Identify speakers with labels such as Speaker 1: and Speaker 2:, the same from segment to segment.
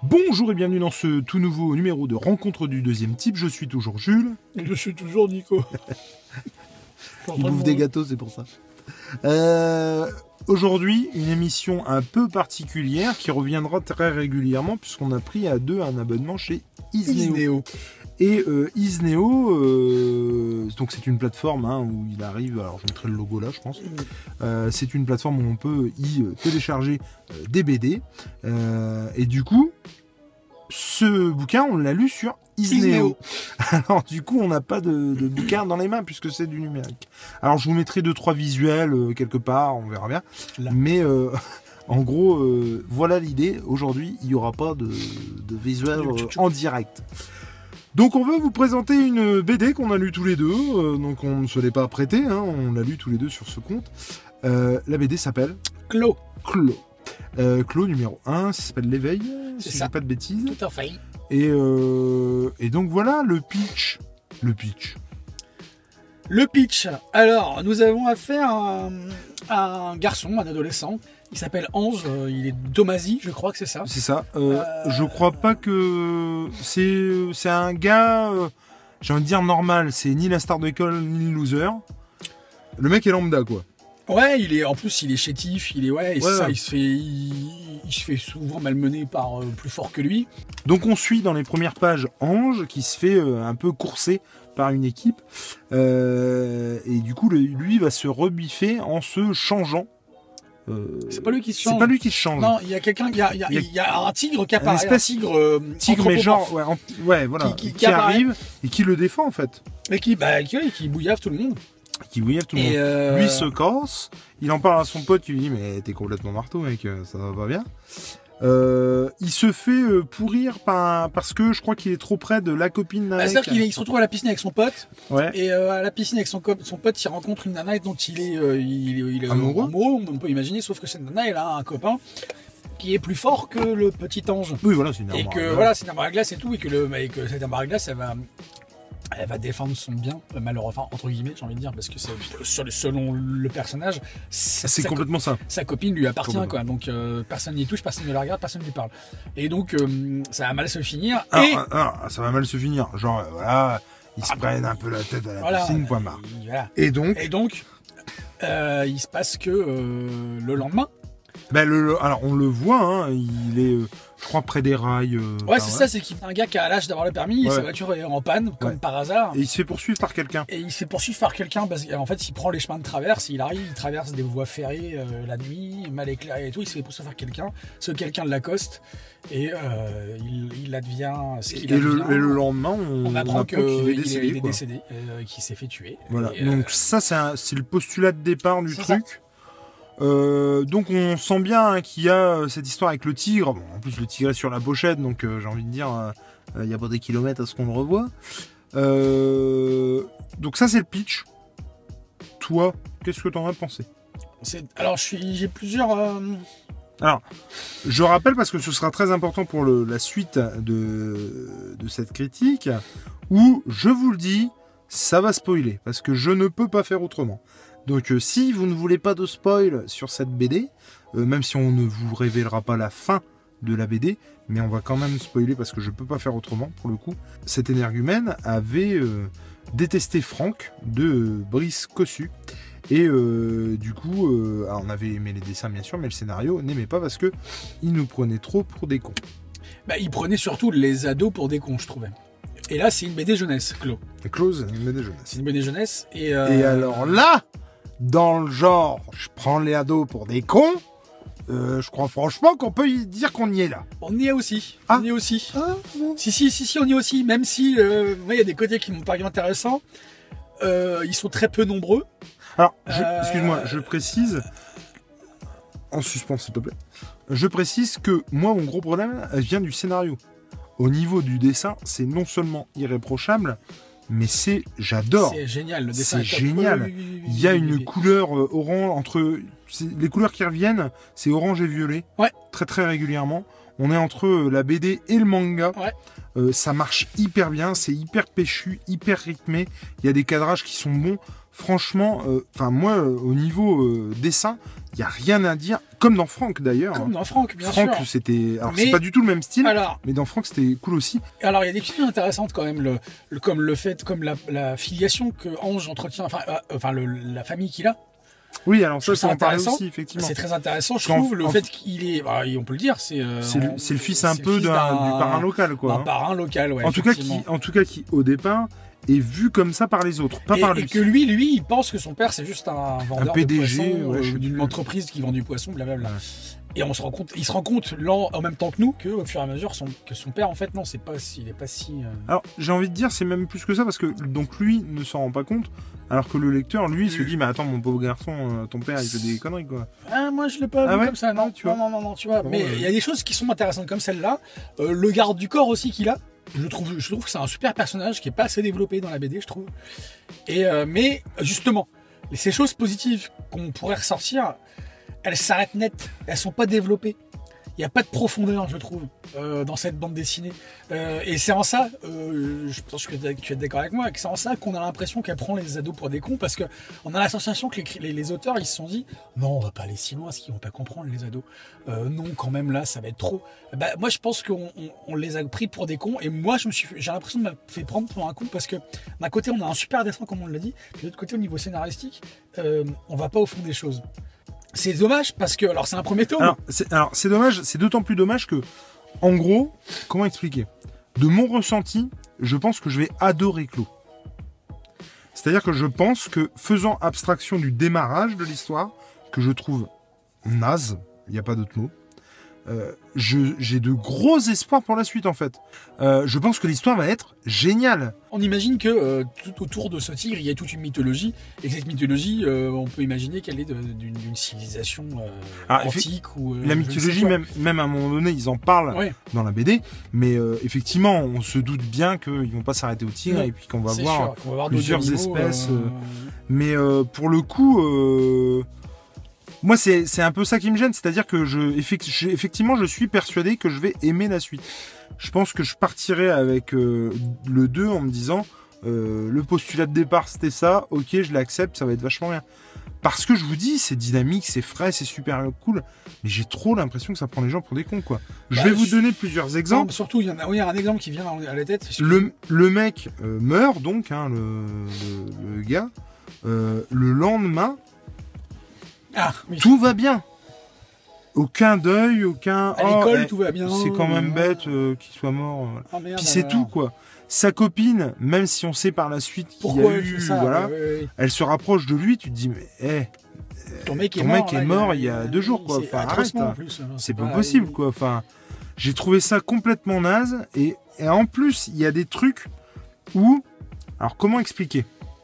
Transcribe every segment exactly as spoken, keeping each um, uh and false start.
Speaker 1: Bonjour et bienvenue dans ce tout nouveau numéro de Rencontre du deuxième type. Je suis toujours Jules.
Speaker 2: Et je suis toujours Nico.
Speaker 1: Il bouffe des gâteaux, c'est pour ça. Euh, Aujourd'hui, une émission un peu particulière qui reviendra très régulièrement puisqu'on a pris à deux un abonnement chez Isneo.
Speaker 2: Isneo.
Speaker 1: Et euh, Isneo, euh, donc c'est une plateforme hein, où il arrive, alors je mettrai le logo là je pense, euh, c'est une plateforme où on peut y euh, télécharger euh, des B D, euh, et du coup, ce bouquin on l'a lu sur Isneo. Isneo. Alors du coup on n'a pas de, de bouquin dans les mains puisque c'est du numérique. Alors je vous mettrai deux trois visuels euh, quelque part, on verra bien, là. Mais... Euh, en gros, euh, voilà l'idée. Aujourd'hui, il n'y aura pas de, de visuel euh, en direct. Donc on veut vous présenter une B D qu'on a lue tous les deux. Euh, donc on ne se l'est pas prêtée, hein, on l'a lue tous les deux sur ce compte. Euh, la B D s'appelle
Speaker 2: Clos.
Speaker 1: Clos. Euh, Clos numéro un, ça s'appelle L'éveil, si je dis pas de bêtises.
Speaker 2: Tout à fait.
Speaker 1: Et, euh, et donc voilà le pitch. Le pitch.
Speaker 2: Le pitch. Alors, nous avons affaire à, à un garçon, un adolescent. Il s'appelle Ange, euh, il est d'Omazie, je crois que c'est ça.
Speaker 1: C'est ça. Euh,
Speaker 2: euh...
Speaker 1: Je crois pas que c'est c'est un gars, euh, j'ai envie de dire normal. C'est ni la star de l'école ni le loser. Le mec est lambda quoi.
Speaker 2: Ouais, il est en plus il est chétif, il est ouais, et
Speaker 1: ouais,
Speaker 2: ça,
Speaker 1: ouais.
Speaker 2: il se fait il, il se fait souvent malmener par euh, plus fort que lui.
Speaker 1: Donc on suit dans les premières pages Ange qui se fait euh, un peu courser par une équipe euh, et du coup le, lui va se rebiffer en se changeant. Euh,
Speaker 2: c'est pas lui qui se change.
Speaker 1: C'est pas lui qui se change.
Speaker 2: Non, il y a quelqu'un, il y a, il y a, il y a un tigre qui apparaît, un,
Speaker 1: espèce,
Speaker 2: un tigre, euh,
Speaker 1: tigre mais genre, ouais, en, ouais voilà, qui, qui, qui, qui arrive et qui le défend en fait.
Speaker 2: Et qui, bah, qui, qui bouillave tout le monde.
Speaker 1: Qui bouillave tout le monde. Euh... Lui se casse, il en parle à son pote, qui lui dit mais t'es complètement marteau mec, ça va pas bien. Euh, il se fait pourrir par, parce que je crois qu'il est trop près de la copine d'un
Speaker 2: bah,
Speaker 1: mec.
Speaker 2: C'est-à-dire qu'il il se retrouve à la piscine avec son pote.
Speaker 1: Ouais.
Speaker 2: Et euh, à la piscine avec son, son pote, il rencontre une nana dont il est, euh, il, il est
Speaker 1: amoureux.
Speaker 2: amoureux, on peut imaginer, sauf que cette nana, elle a un copain qui est plus fort que le petit ange.
Speaker 1: Oui, voilà, c'est une armoire.
Speaker 2: Et que voilà, c'est une armoire à glace et tout, et que, le, et que cette armoire à glace, elle va... Elle va défendre son bien, malheureusement, enfin, entre guillemets, j'ai envie de dire, parce que c'est, selon le personnage,
Speaker 1: c'est complètement ça.
Speaker 2: Sa copine lui appartient, quoi. Donc, euh, personne n'y touche, personne ne la regarde, personne ne lui parle. Et donc, euh, ça va mal se finir.
Speaker 1: Alors,
Speaker 2: et...
Speaker 1: alors, ça va mal se finir. Genre, euh, voilà, ils se ah, prennent un peu la tête à la voilà, piscine, point barre.
Speaker 2: Voilà.
Speaker 1: Et donc
Speaker 2: Et donc, euh, il se passe que euh, le lendemain.
Speaker 1: Ben le, alors, on le voit, hein, il est, euh, je crois, près des rails. Euh,
Speaker 2: ouais, c'est ça, c'est qu'il y a un gars qui a l'âge d'avoir le permis, ouais. Et sa voiture est en panne, comme ouais. par hasard.
Speaker 1: Et il se fait poursuivre par quelqu'un.
Speaker 2: Et il se fait poursuivre par quelqu'un, parce qu'en fait, il prend les chemins de traverse, il arrive, il traverse des voies ferrées euh, la nuit, mal éclairées et tout, il se fait poursuivre par quelqu'un, ce quelqu'un l'accoste, et euh, il, il advient ce qu'il
Speaker 1: et,
Speaker 2: advient.
Speaker 1: Le, et le lendemain, on,
Speaker 2: on apprend,
Speaker 1: on apprend
Speaker 2: qu'il
Speaker 1: est décédé,
Speaker 2: il est décédé euh, qu'il s'est fait tuer.
Speaker 1: Voilà,
Speaker 2: et,
Speaker 1: donc
Speaker 2: euh,
Speaker 1: ça, c'est, un, c'est le postulat de départ du truc. Ça. Euh, donc on sent bien hein, qu'il y a cette histoire avec le tigre. Bon, en plus le tigre est sur la pochette, donc euh, j'ai envie de dire, il euh, n'y a pas des kilomètres à ce qu'on le revoit. Euh, donc ça c'est le pitch. Toi, qu'est-ce que t'en as pensé?
Speaker 2: c'est... Alors je suis... j'ai plusieurs... Euh...
Speaker 1: Alors, je rappelle parce que ce sera très important pour le, la suite de, de cette critique, où je vous le dis, ça va spoiler, parce que je ne peux pas faire autrement. Donc euh, si vous ne voulez pas de spoil sur cette B D, euh, même si on ne vous révélera pas la fin de la B D, mais on va quand même spoiler parce que je ne peux pas faire autrement pour le coup, cet énergumène avait euh, détesté Franck de euh, Brice Cossu. Et euh, du coup, euh, on avait aimé les dessins bien sûr, mais le scénario n'aimait pas parce que il nous prenait trop pour des cons.
Speaker 2: Bah, il prenait surtout les ados pour des cons, je trouvais. Et là, c'est une B D jeunesse, Clos.
Speaker 1: Close, une B D jeunesse.
Speaker 2: C'est une B D jeunesse. Et, euh...
Speaker 1: et alors là, dans le genre, je prends les ados pour des cons, euh, je crois franchement qu'on peut y dire qu'on y est là.
Speaker 2: On y est aussi.
Speaker 1: Ah.
Speaker 2: On y est aussi.
Speaker 1: Ah, bon.
Speaker 2: Si, si, si, si, on y est aussi. Même si, euh, il y a des côtés qui m'ont paru intéressants. Euh, ils sont très peu nombreux.
Speaker 1: Alors, je,
Speaker 2: euh...
Speaker 1: excuse-moi, je précise, en suspens s'il te plaît, je précise que moi, mon gros problème vient du scénario. Au niveau du dessin, c'est non seulement irréprochable, mais c'est, j'adore.
Speaker 2: C'est génial, le dessin.
Speaker 1: C'est génial. Oui, oui, oui, Il y a une couleur euh, orange entre les couleurs qui reviennent, c'est orange et violet.
Speaker 2: Ouais.
Speaker 1: Très très régulièrement. On est entre euh, la B D et le manga.
Speaker 2: Ouais.
Speaker 1: Euh, ça marche hyper bien, c'est hyper péchu, hyper rythmé. Il y a des cadrages qui sont bons. franchement, enfin moi, euh, au niveau euh, dessin, il y a rien à dire. Comme dans Franck d'ailleurs.
Speaker 2: Comme dans Franck, bien
Speaker 1: Franck,
Speaker 2: sûr.
Speaker 1: c'était, alors
Speaker 2: Mais-
Speaker 1: c'est pas du tout le même style,
Speaker 2: Alors,
Speaker 1: mais dans Franck c'était cool aussi.
Speaker 2: alors il y a des choses intéressantes quand même, le, le- comme le fait, comme la, la filiation que Ange entretient, enfin, euh, enfin le- la famille qu'il a,
Speaker 1: Oui, alors
Speaker 2: Je
Speaker 1: ça,
Speaker 2: trouve ça
Speaker 1: ça en parlait
Speaker 2: intéressant.
Speaker 1: aussi effectivement.
Speaker 2: c'est très intéressant. Je
Speaker 1: Qu'en-
Speaker 2: trouve le
Speaker 1: en-
Speaker 2: fait qu'il est, bah, on peut le dire, c'est euh,
Speaker 1: C'est le,
Speaker 2: en-
Speaker 1: c'est le fils un
Speaker 2: c'est le
Speaker 1: peu
Speaker 2: fils
Speaker 1: d'un,
Speaker 2: d'un-
Speaker 1: du parrain local, quoi.
Speaker 2: d'un
Speaker 1: hein.
Speaker 2: parrain local, ouais.
Speaker 1: en tout cas, qui,
Speaker 2: effectivement.
Speaker 1: en tout cas, qui au départ est vu comme ça par les autres, pas
Speaker 2: et,
Speaker 1: par
Speaker 2: et
Speaker 1: lui.
Speaker 2: que lui, lui, il pense que son père c'est juste un vendeur
Speaker 1: P D G,
Speaker 2: de poissons,
Speaker 1: ouais, je sais
Speaker 2: euh, d'une
Speaker 1: plus.
Speaker 2: entreprise qui vend du poisson, blablabla.
Speaker 1: Ouais.
Speaker 2: Et on se rend compte, il se rend compte lent- en même temps que nous que au fur et à mesure son, que son père en fait non, c'est pas si, il est pas si. euh,
Speaker 1: Alors, j'ai envie de dire, c'est même plus que ça, parce que donc lui ne s'en rend pas compte, alors que le lecteur, lui, se dit, mais attends, mon pauvre garçon, euh, ton père, il fait des conneries, quoi.
Speaker 2: Ah, moi je l'ai pas
Speaker 1: Ah
Speaker 2: vu
Speaker 1: ouais
Speaker 2: comme ça, non,
Speaker 1: tu vois.
Speaker 2: non, non, non, non, tu vois.
Speaker 1: Bon,
Speaker 2: mais
Speaker 1: euh,
Speaker 2: il y a des choses qui sont intéressantes comme celle-là. Euh, le garde du corps aussi qu'il a, je trouve, je trouve que c'est un super personnage qui est pas assez développé dans la B D, je trouve. Et euh, mais justement, ces choses positives qu'on pourrait ressortir, elles s'arrêtent net, elles sont pas développées. Il n'y a pas de profondeur, je trouve, euh, dans cette bande dessinée. Euh, et c'est en ça, euh, je pense que tu es d'accord avec moi, que c'est en ça qu'on a l'impression qu'elle prend les ados pour des cons, parce qu'on a la sensation que les, les, les auteurs, ils se sont dit, non, on va pas aller si loin, parce qu'ils vont pas comprendre les ados. Euh, non, quand même, là, ça va être trop. Bah, moi, je pense qu'on on, on les a pris pour des cons, et moi, je me suis, j'ai l'impression de me fait prendre pour un con, parce que d'un côté, on a un super dessin, comme on l'a dit, puis de l'autre côté, au niveau scénaristique, euh, on va pas au fond des choses. C'est dommage parce que, alors c'est un premier tome.
Speaker 1: Alors, c'est, alors, c'est dommage, c'est d'autant plus dommage que, en gros, comment expliquer? De mon ressenti, je pense que je vais adorer Clos. C'est-à-dire que je pense que, faisant abstraction du démarrage de l'histoire, que je trouve naze, il n'y a pas d'autre mot, euh, je, j'ai de gros espoirs pour la suite, en fait. Euh, je pense que l'histoire va être géniale.
Speaker 2: On imagine que euh, tout autour de ce tigre, il y a toute une mythologie, et que cette mythologie, euh, on peut imaginer qu'elle est de- d'une, d'une civilisation euh,
Speaker 1: Ah,
Speaker 2: antique ou euh,
Speaker 1: La
Speaker 2: je ne sais
Speaker 1: mythologie,
Speaker 2: quoi.
Speaker 1: même, même à un moment donné, ils en parlent
Speaker 2: Ouais,
Speaker 1: dans la B D, mais euh, effectivement, on se doute bien qu'ils vont pas s'arrêter au tigre
Speaker 2: Non,
Speaker 1: et puis qu'on va
Speaker 2: c'est
Speaker 1: voir.
Speaker 2: sûr, qu'on va voir
Speaker 1: plusieurs
Speaker 2: d'autres animaux,
Speaker 1: espèces,
Speaker 2: euh,
Speaker 1: Mais euh, pour le coup, euh, moi, c'est, c'est un peu ça qui me gêne, c'est-à-dire que je, effect- je- effectivement, je suis persuadé que je vais aimer la suite. Je pense que je partirai avec euh, le deux en me disant, euh, le postulat de départ, c'était ça, ok, je l'accepte, ça va être vachement bien. Parce que je vous dis, c'est dynamique, c'est frais, c'est super cool, mais j'ai trop l'impression que ça prend les gens pour des cons, quoi. Je
Speaker 2: Bah,
Speaker 1: vais vous
Speaker 2: je-
Speaker 1: donner plusieurs
Speaker 2: non,
Speaker 1: exemples.
Speaker 2: mais surtout, il y en a, oui, il y a un exemple qui vient à la tête. c'est-
Speaker 1: Le, le mec euh, meurt donc, hein, le, le, le gars. Euh, le lendemain,
Speaker 2: Ah, oui.
Speaker 1: tout va bien. Aucun deuil, aucun.
Speaker 2: À
Speaker 1: oh,
Speaker 2: l'école,
Speaker 1: eh,
Speaker 2: tout va bien.
Speaker 1: C'est quand même
Speaker 2: euh,
Speaker 1: bête euh, qu'il soit mort. euh, voilà.
Speaker 2: Ah, merde,
Speaker 1: Puis c'est
Speaker 2: alors.
Speaker 1: tout, quoi. Sa copine, même si on sait par la suite qu'il y
Speaker 2: Pourquoi
Speaker 1: a
Speaker 2: elle
Speaker 1: eu,
Speaker 2: fait ça
Speaker 1: voilà,
Speaker 2: Ouais, ouais, ouais.
Speaker 1: elle se rapproche de lui. Tu te dis, mais eh,
Speaker 2: Ton mec est
Speaker 1: ton
Speaker 2: mort,
Speaker 1: mec est
Speaker 2: là,
Speaker 1: mort il y a deux jours, quoi.
Speaker 2: c'est
Speaker 1: Enfin,
Speaker 2: atrocement,
Speaker 1: arrête,
Speaker 2: en plus, hein,
Speaker 1: c'est pas
Speaker 2: pas-
Speaker 1: possible, quoi. Enfin, j'ai trouvé ça complètement naze. Et, et en plus, il y a des trucs où, alors comment expliquer?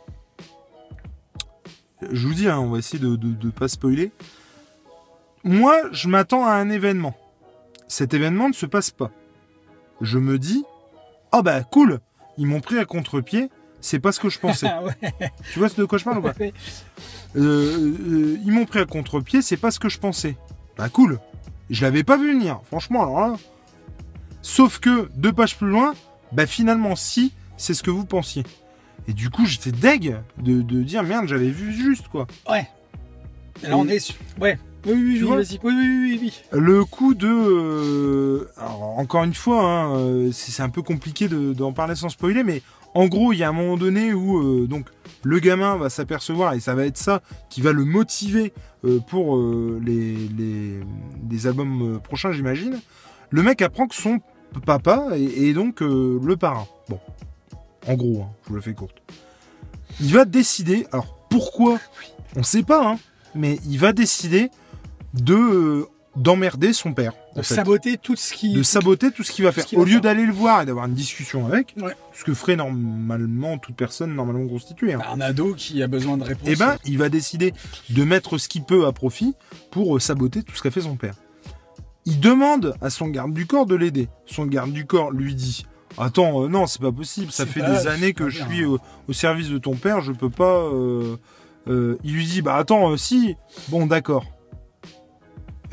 Speaker 1: Je vous dis, hein, on va essayer de ne pas spoiler. Moi, je m'attends à un événement. Cet événement ne se passe pas. Je me dis, oh bah cool, ils m'ont pris à contre-pied, c'est pas ce que je pensais.
Speaker 2: Ah ouais,
Speaker 1: Tu vois de quoi je parle ou pas?
Speaker 2: ouais.
Speaker 1: euh, euh, Ils m'ont pris à contre-pied, c'est pas ce que je pensais. Bah cool, je l'avais pas vu venir, franchement, alors là. Sauf que, deux pages plus loin, bah finalement si, c'est ce que vous pensiez. Et du coup, j'étais deg de, de dire, merde, j'avais vu juste, quoi.
Speaker 2: Ouais. Et là, on
Speaker 1: Et-
Speaker 2: est sur... Ouais. Oui, oui,
Speaker 1: Tu
Speaker 2: oui,
Speaker 1: vois
Speaker 2: vas-y. Oui, oui, oui, oui.
Speaker 1: Le coup de... euh, alors, encore une fois, hein, euh, c'est c'est un peu compliqué de- d'en parler sans spoiler, mais en gros, il y a un moment donné où euh, donc, le gamin va s'apercevoir, et ça va être ça qui va le motiver euh, pour euh, les, les, les albums euh, prochains, j'imagine. Le mec apprend que son papa est, est donc euh, le parrain. Bon, en gros, hein, je vous la fais courte. Il va décider, alors pourquoi, on sait pas, hein, mais il va décider de euh, d'emmerder son père.
Speaker 2: De
Speaker 1: en fait.
Speaker 2: saboter tout ce qui...
Speaker 1: De saboter tout ce qu'il va
Speaker 2: tout
Speaker 1: faire.
Speaker 2: ce qu'il
Speaker 1: Au
Speaker 2: va
Speaker 1: lieu
Speaker 2: faire.
Speaker 1: d'aller le voir et d'avoir une discussion avec,
Speaker 2: Ouais.
Speaker 1: ce que ferait normalement toute personne normalement constituée. Hein.
Speaker 2: Un ado qui a besoin de réponses.
Speaker 1: Eh ben, il va décider de mettre ce qu'il peut à profit pour euh, saboter tout ce qu'a fait son père. Il demande à son garde du corps de l'aider. Son garde du corps lui dit « Attends, euh, non, c'est pas possible. Ça
Speaker 2: C'est
Speaker 1: fait
Speaker 2: pas-
Speaker 1: des années
Speaker 2: c'est
Speaker 1: que
Speaker 2: pas
Speaker 1: je
Speaker 2: bien.
Speaker 1: suis au, au service de ton père. Je peux pas... euh, euh, Il lui dit « Bah attends, euh, si. Bon, d'accord. Euh, quoi ?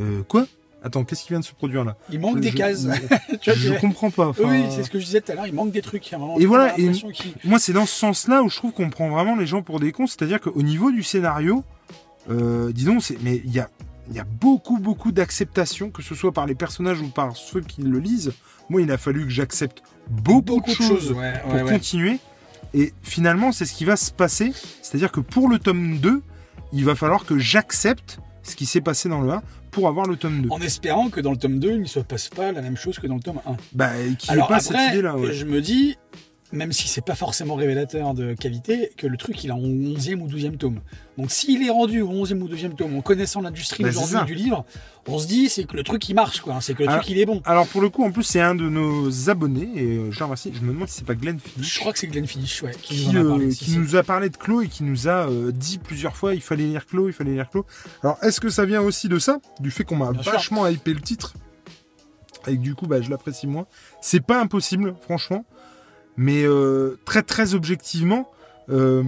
Speaker 1: Attends, qu'est-ce qui vient de se produire là?
Speaker 2: Il manque
Speaker 1: je,
Speaker 2: des
Speaker 1: je,
Speaker 2: cases.
Speaker 1: Je,
Speaker 2: tu vois,
Speaker 1: je
Speaker 2: tu...
Speaker 1: comprends pas. Enfin,
Speaker 2: oui, c'est ce que je disais tout à l'heure, il manque des trucs. À un moment,
Speaker 1: et voilà, et
Speaker 2: qu
Speaker 1: moi c'est dans ce sens-là où je trouve qu'on prend vraiment les gens pour des cons, c'est-à-dire qu'au niveau du scénario, euh, disons, c'est, mais il y a, y a beaucoup, beaucoup d'acceptation, que ce soit par les personnages ou par ceux qui le lisent. Moi, il a fallu que j'accepte beaucoup, beaucoup de choses, choses
Speaker 2: ouais,
Speaker 1: pour
Speaker 2: ouais,
Speaker 1: continuer. Ouais. Et finalement, c'est ce qui va se passer. C'est-à-dire que pour le tome deux, il va falloir que j'accepte ce qui s'est passé dans le un pour avoir le tome deux.
Speaker 2: En espérant que dans le tome deux, il ne se passe pas la même chose que dans le tome un.
Speaker 1: Bah, qu'il n'y ait pas
Speaker 2: après,
Speaker 1: cette idée-là. Ouais.
Speaker 2: Je me dis, même si c'est pas forcément révélateur de qualité, que le truc, il est en onzième ou douzième tome. Donc s'il est rendu au onzième ou douzième tome, en connaissant l'industrie bah, aujourd'hui du livre, on se dit c'est que le truc il marche, quoi. C'est que le
Speaker 1: alors,
Speaker 2: truc il est bon.
Speaker 1: Alors pour le coup, en plus, c'est un de nos abonnés, et euh, je remercie, je me demande si c'est pas Glenn Fish.
Speaker 2: Je crois que c'est Glenn Fish, ouais, qui,
Speaker 1: qui,
Speaker 2: nous, a parlé,
Speaker 1: euh,
Speaker 2: si,
Speaker 1: qui
Speaker 2: si.
Speaker 1: nous a parlé de Clos et qui nous a euh, dit plusieurs fois il fallait lire Clos, il fallait lire Clos. Alors est-ce que ça vient aussi de ça, du fait qu'on m'a
Speaker 2: Bien
Speaker 1: vachement sûr. hypé le titre, et que du coup bah, je l'apprécie moins. C'est pas impossible, franchement. Mais euh, très très objectivement, euh,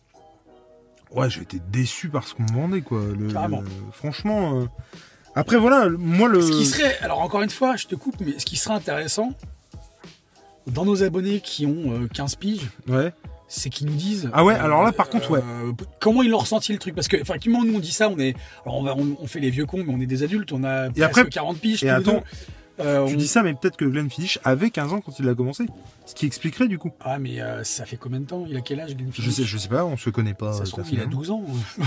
Speaker 1: ouais, j'ai été déçu par ce qu'on me vendait, quoi. Le,
Speaker 2: Carrément.
Speaker 1: Le, franchement. Euh... Après, voilà, moi le.
Speaker 2: Ce qui serait, alors encore une fois, je te coupe, mais ce qui serait intéressant dans nos abonnés qui ont euh, quinze piges,
Speaker 1: ouais.
Speaker 2: c'est qu'ils nous disent.
Speaker 1: Ah ouais, euh, alors là, par contre, ouais.
Speaker 2: Euh, comment ils l'ont ressenti le truc? Parce que, effectivement, nous on dit ça, on est, alors on, va, on, on fait les vieux cons, mais on est des adultes, on a
Speaker 1: et
Speaker 2: presque
Speaker 1: après,
Speaker 2: quarante piges.
Speaker 1: Et
Speaker 2: tous
Speaker 1: attends.
Speaker 2: Les deux. Euh,
Speaker 1: tu
Speaker 2: on...
Speaker 1: dis ça, mais peut-être que Glenn Fish avait quinze ans quand il l'a commencé. Ce qui expliquerait du coup.
Speaker 2: Ah, mais euh, ça fait combien de temps? Il a quel âge, Glenn Fish?
Speaker 1: Je sais, je sais pas, on se connaît pas.
Speaker 2: Ça se trouve, il a douze ans.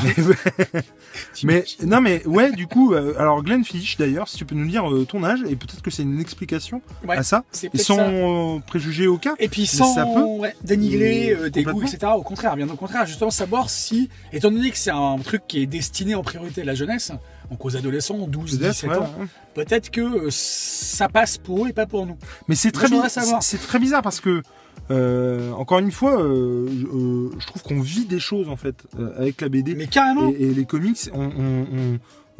Speaker 1: mais, mais non, mais ouais, du coup, euh, alors Glenn Fish d'ailleurs, si tu peux nous dire euh, ton âge, et peut-être que c'est une explication
Speaker 2: ouais,
Speaker 1: à ça, et sans euh, préjuger aucun.
Speaker 2: Et puis sans
Speaker 1: ça peut,
Speaker 2: ouais, dénigrer euh, tes goûts, et cetera. Au contraire, bien au contraire, justement savoir si, étant donné que c'est un truc qui est destiné en priorité à la jeunesse, donc aux adolescents, douze, dix-sept ouais, ans, ouais. peut-être que euh, ça passe pour eux et pas pour nous.
Speaker 1: Mais c'est très, bi- c'est très bizarre parce que, euh, encore une fois, euh, euh, je trouve qu'on vit des choses en fait euh, avec la B D.
Speaker 2: Mais carrément.
Speaker 1: Et, et les comics, on, on, on,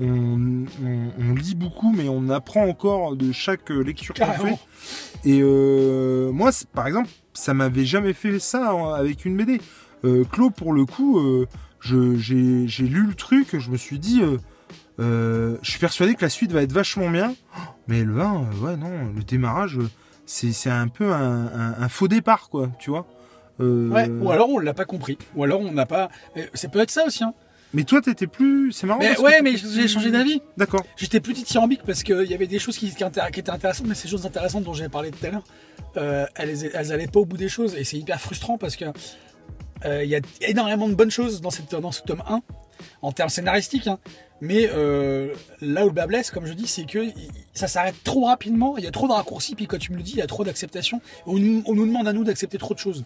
Speaker 1: on, on, on lit beaucoup, mais on apprend encore de chaque lecture qu'on fait. Et euh, moi, par exemple, ça m'avait jamais fait ça hein, avec une B D. Euh, Clos, pour le coup, euh, je, j'ai, j'ai lu le truc, je me suis dit... Euh, Euh, je suis persuadé que la suite va être vachement bien, mais le un, euh, ouais, non, le démarrage, c'est, c'est un peu un, un, un faux départ, quoi, tu vois. Euh...
Speaker 2: Ouais, ou alors on l'a pas compris, ou alors on n'a pas. C'est peut-être ça aussi, hein.
Speaker 1: Mais toi, t'étais plus. C'est marrant.
Speaker 2: Mais ouais, mais j'ai changé d'avis.
Speaker 1: D'accord.
Speaker 2: J'étais plus dithyrambique parce qu'il y avait des choses qui, qui, intér- qui étaient intéressantes, mais ces choses intéressantes dont j'avais parlé tout à l'heure, euh, elles, elles allaient pas au bout des choses, et c'est hyper frustrant parce que il euh, y a énormément de bonnes choses dans, cette, dans ce tome un, en termes scénaristiques, hein. Mais euh, là où le bas blesse, comme je dis, c'est que ça s'arrête trop rapidement, il y a trop de raccourcis, puis quand tu me le dis, il y a trop d'acceptation. On, on nous demande à nous d'accepter trop de choses.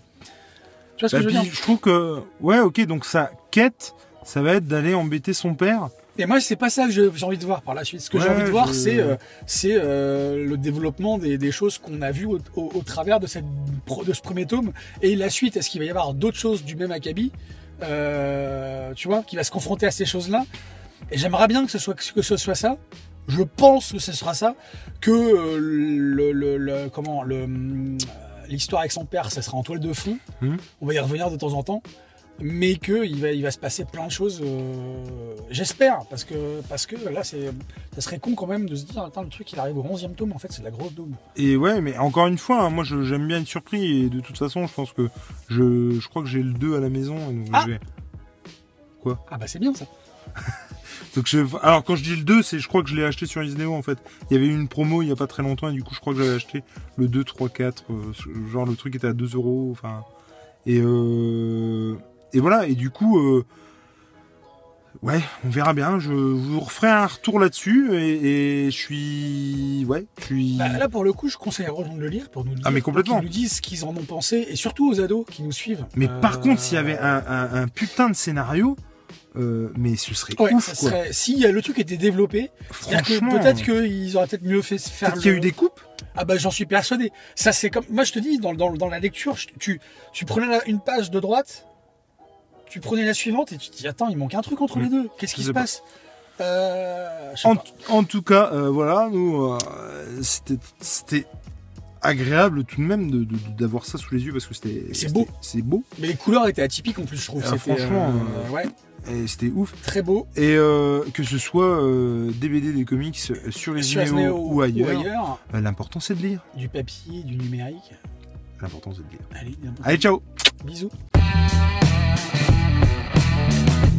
Speaker 2: Tu vois ce
Speaker 1: bah,
Speaker 2: que je veux dire ?
Speaker 1: Je trouve que, ouais, ok, donc sa quête, ça va être d'aller embêter son père.
Speaker 2: Et moi, c'est pas ça que je, j'ai envie de voir par la suite. Ce que ouais, j'ai envie de voir, je... c'est, euh, c'est euh, le développement des, des choses qu'on a vues au, au, au travers de, cette, de ce premier tome. Et la suite, est-ce qu'il va y avoir d'autres choses du même acabit, euh, tu vois, qui va se confronter à ces choses-là ? Et j'aimerais bien que ce soit, que ce soit ça. Je pense que ce sera ça. Que euh, le, le, le, comment, le, l'histoire avec son père, ça sera en toile de fond. Mmh. On va y revenir de temps en temps. Mais qu'il va, il va se passer plein de choses. Euh, j'espère. Parce que, parce que là, c'est, ça serait con quand même de se dire attends, le truc, il arrive au onzième tome. En fait, c'est de la grosse daube.
Speaker 1: Et ouais, mais encore une fois, hein, moi, je, j'aime bien être surpris. Et de toute façon, je pense que je, je crois que j'ai le deux à la maison. Et donc
Speaker 2: ah
Speaker 1: je vais... Quoi ?
Speaker 2: Ah bah c'est bien ça.
Speaker 1: Donc je... Alors quand je dis le deux, c'est je crois que je l'ai acheté sur Isneo en fait. Il y avait eu une promo il y a pas très longtemps et du coup je crois que j'avais acheté le deux, trois, quatre. Euh, genre le truc était à deux euros. Enfin. Et, euh... et voilà. Et du coup, euh... ouais, on verra bien. Je vous referai un retour là-dessus et, et je suis. Ouais, je suis.
Speaker 2: Bah, là pour le coup, je conseille aux gens de le lire pour nous dire,
Speaker 1: ah, mais complètement.
Speaker 2: qu'ils nous disent ce qu'ils en ont pensé et surtout aux ados qui nous suivent.
Speaker 1: Mais
Speaker 2: euh...
Speaker 1: par contre, s'il y avait un, un, un putain de scénario. Euh, mais ce serait
Speaker 2: ouais,
Speaker 1: ouf,
Speaker 2: ça
Speaker 1: quoi.
Speaker 2: Serait... Si le truc était développé,
Speaker 1: franchement,
Speaker 2: que peut-être qu'ils auraient peut-être mieux fait faire.
Speaker 1: Peut-être le... qu'il y a eu des coupes.
Speaker 2: Ah bah j'en suis persuadé. Ça c'est comme, moi je te dis dans, dans, dans la lecture, tu, tu prenais la, une page de droite, tu prenais la suivante et tu te dis attends il manque un truc entre mmh. les deux. Qu'est-ce qui se pas. passe euh,
Speaker 1: en, en tout cas, euh, voilà, nous euh, c'était, c'était agréable tout de même de, de, d'avoir ça sous les yeux parce que c'était
Speaker 2: c'est beau
Speaker 1: c'est beau
Speaker 2: mais les couleurs étaient atypiques en plus je trouve
Speaker 1: ah, franchement
Speaker 2: euh, euh, ouais
Speaker 1: Et c'était ouf.
Speaker 2: Très beau.
Speaker 1: Et euh, que ce soit euh, des B D, des comics sur les
Speaker 2: Sur
Speaker 1: Isneo
Speaker 2: Isneo
Speaker 1: ou ailleurs,
Speaker 2: ou ailleurs.
Speaker 1: euh, l'important c'est de lire.
Speaker 2: Du papier, du numérique.
Speaker 1: L'important c'est de lire.
Speaker 2: Allez,
Speaker 1: Allez, ciao.
Speaker 2: Bisous.